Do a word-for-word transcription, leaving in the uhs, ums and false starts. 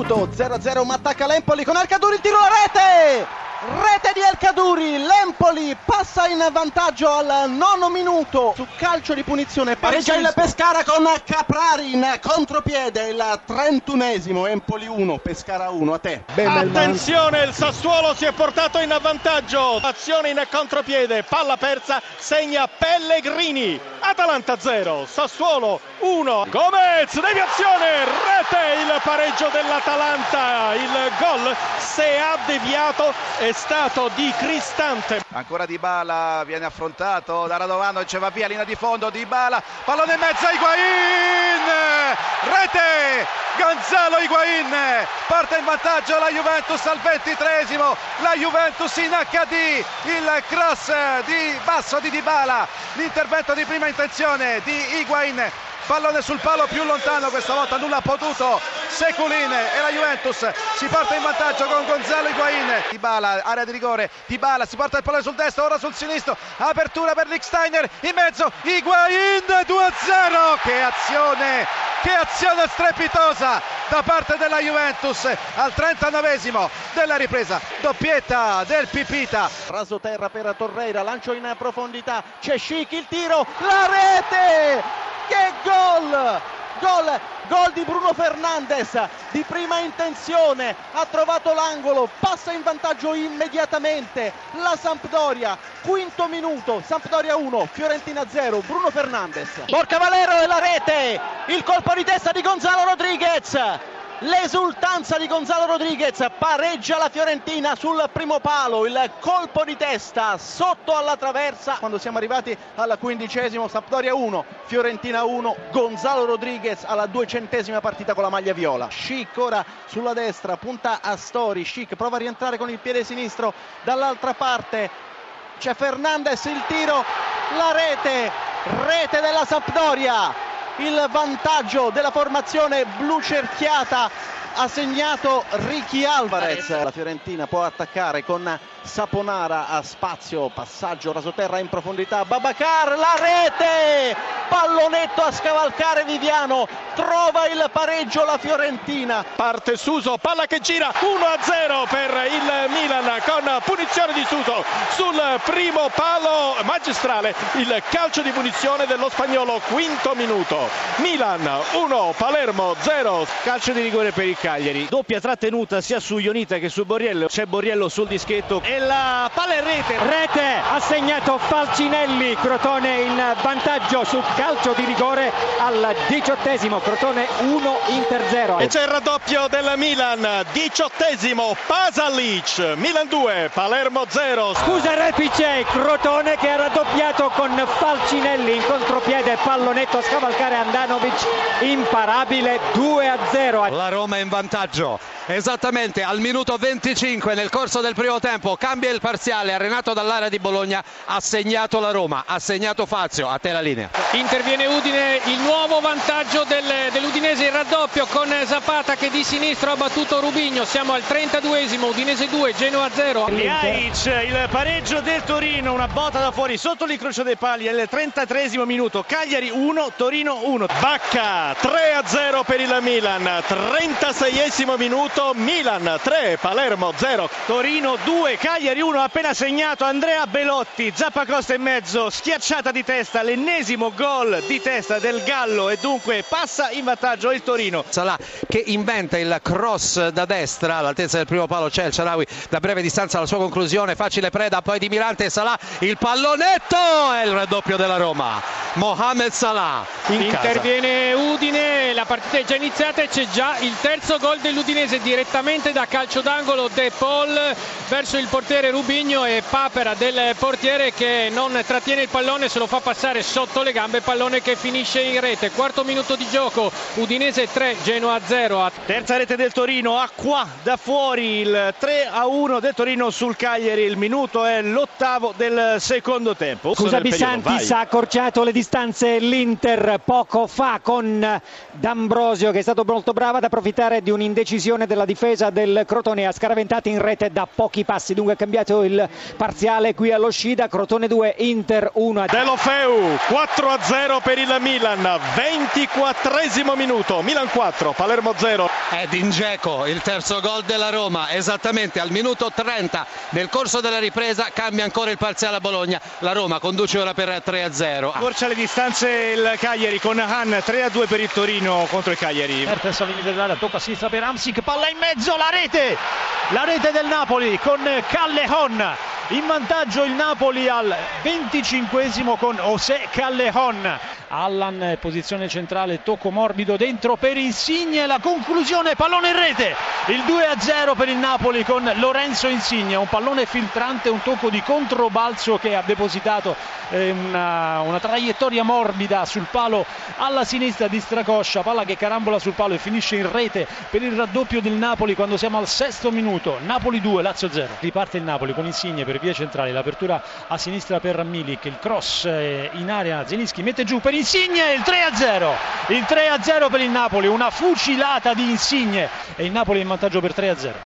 minuto, zero a zero, ma attacca l'Empoli con El Kaddouri, il tiro alla rete! Rete di El Kaddouri, l'Empoli passa in vantaggio al nono minuto su calcio di punizione, pareggia il Pescara con Caprari in contropiede, il trentunesimo, Empoli uno, Pescara uno, a te. Attenzione, il Sassuolo si è portato in vantaggio, azione in contropiede, palla persa, segna Pellegrini, Atalanta zero, Sassuolo uno, Gomez, deviazione, rete, il pareggio dell'Atalanta, il gol se ha deviato è stato di Cristante. Ancora Dybala viene affrontato da Radovanovic, va via, linea di fondo, Dybala, pallone in mezzo, Higuain, rete, Gonzalo Higuain, parte in vantaggio la Juventus al ventitreesimo, la Juventus in acca di, il cross di basso di Dybala, l'intervento di prima intenzione di Higuain, pallone sul palo più lontano, questa volta nulla ha potuto Seculin e la Juventus si porta in vantaggio con Gonzalo Higuain. Dybala, area di rigore, Dybala si porta il pallone sul destro, ora sul sinistro, apertura per Lichtsteiner, in mezzo Higuain, due a zero, che azione, che azione strepitosa da parte della Juventus al trentanovesimo della ripresa, doppietta del Pipita. Raso terra per Torreira, lancio in profondità, c'è Schick, il tiro, la rete! Che gol! Gol, gol di Bruno Fernandes, di prima intenzione, ha trovato l'angolo, passa in vantaggio immediatamente la Sampdoria, quinto minuto, Sampdoria uno, Fiorentina zero, Bruno Fernandes. Borca Valero e la rete, il colpo di testa di Gonzalo Rodriguez. L'esultanza di Gonzalo Rodriguez, pareggia la Fiorentina sul primo palo, il colpo di testa sotto alla traversa. Quando siamo arrivati al quindicesimo, Sampdoria uno, Fiorentina uno, Gonzalo Rodriguez alla duecentesima partita con la maglia viola. Schick ora sulla destra, punta a Stori, Schick prova a rientrare con il piede sinistro, dall'altra parte c'è Fernandes, il tiro, la rete, rete della Sampdoria. Il vantaggio della formazione blu cerchiata ha segnato Ricky Alvarez. La Fiorentina può attaccare con Saponara a spazio, passaggio rasoterra in profondità, Babacar, la rete, pallonetto a scavalcare Viviano, trova il pareggio la Fiorentina. Parte Suso, palla che gira, uno a zero per il Milan con punizione di Suso sul primo palo magistrale, il calcio di punizione dello spagnolo, quinto minuto, Milan uno, Palermo zero. Calcio di rigore per il Cagliari, doppia trattenuta sia su Ionita che su Borriello, c'è Borriello sul dischetto e la palla in rete, rete, ha segnato Falcinelli, Crotone in vantaggio sul calcio di rigore al diciottesimo, Crotone uno, Inter zero. E c'è il raddoppio del Milan, diciottesimo, Pasalic, Milan due, Palermo zero. Scusa Repice, Crotone che ha raddoppiato con Falcinelli in contropiede, pallonetto a scavalcare Andanovic, imparabile, due a zero. La Roma è in vantaggio esattamente al minuto venticinque nel corso del primo tempo, cambia il parziale, Renato dall'area di Bologna, ha segnato la Roma, ha segnato Fazio, a te la linea. Interviene Udine, il nuovo vantaggio del, dell'Udinese, il raddoppio con Zapata che di sinistro ha battuto Rubigno, siamo al trentaduesimo, Udinese due, Genoa zero. Ljajic, il pareggio del Torino, una botta da fuori sotto l'incrocio dei pali al trentatreesimo minuto, Cagliari uno, Torino uno. Bacca tre a zero per il Milan, trentaseiesimo minuto, Milan tre, Palermo zero. Torino due, Cagliari uno, appena segnato Andrea Belotti, Zappacosta in mezzo, schiacciata di testa, l'ennesimo gol di testa del Gallo e dunque passa in vantaggio il Torino. Salah che inventa il cross da destra, all'altezza del primo palo c'è il Shaarawy da breve distanza alla sua conclusione, facile preda poi di Mirante, Salah, il pallonetto e il raddoppio della Roma, Mohamed Salah in interviene casa. Udine, la partita è già iniziata e c'è già il terzo gol dell'Udinese direttamente da calcio d'angolo, De Paul verso il portiere Rubigno e papera del portiere che non trattiene il pallone, se lo fa passare sotto le gambe, pallone che finisce in rete. Quarto minuto di gioco, Udinese tre, Genoa zero. Terza rete del Torino, a qua da fuori il tre a uno del Torino sul Cagliari, il minuto è l'ottavo del secondo tempo. Scusa Bisantis, ha accorciato le distanze l'Inter poco fa con D'Ambrosio che è stato molto bravo ad approfittare di un'indecisione della difesa del Crotone, ha scaraventato in rete da pochi passi, dunque ha cambiato il parziale qui allo Scida, Crotone due, Inter uno. Deulofeu quattro a zero per il Milan, ventiquattresimo minuto, Milan quattro, Palermo zero. Edin Dzeko, il terzo gol della Roma, esattamente al minuto trenta. Nel corso della ripresa cambia ancora il parziale a Bologna, la Roma conduce ora per tre a zero. Accorcia le distanze il Cagliari con Han, tre a due per il Torino contro il Cagliari. Mertens all'inizio dell'area, tocca a sinistra per Hamsik, palla in mezzo, la rete, la rete del Napoli con Callejon. In vantaggio il Napoli al venticinquesimo con José Callejon. Allan, posizione centrale, tocco morbido dentro per Insigne, la conclusione, pallone in rete, il due a zero per il Napoli con Lorenzo Insigne, un pallone filtrante, un tocco di controbalzo che ha depositato eh, una, una traiettoria morbida sul palo alla sinistra di Stracoscia, palla che carambola sul palo e finisce in rete per il raddoppio del Napoli quando siamo al sesto minuto. Napoli due, Lazio zero. Riparte il Napoli con Insigne per via centrale, l'apertura a sinistra per Milik, il cross eh, in area, Zielinski mette giù per Insigne, il tre a zero, il tre a zero per il Napoli, una fucilata di Insigne e il Napoli è in vantaggio per tre a zero.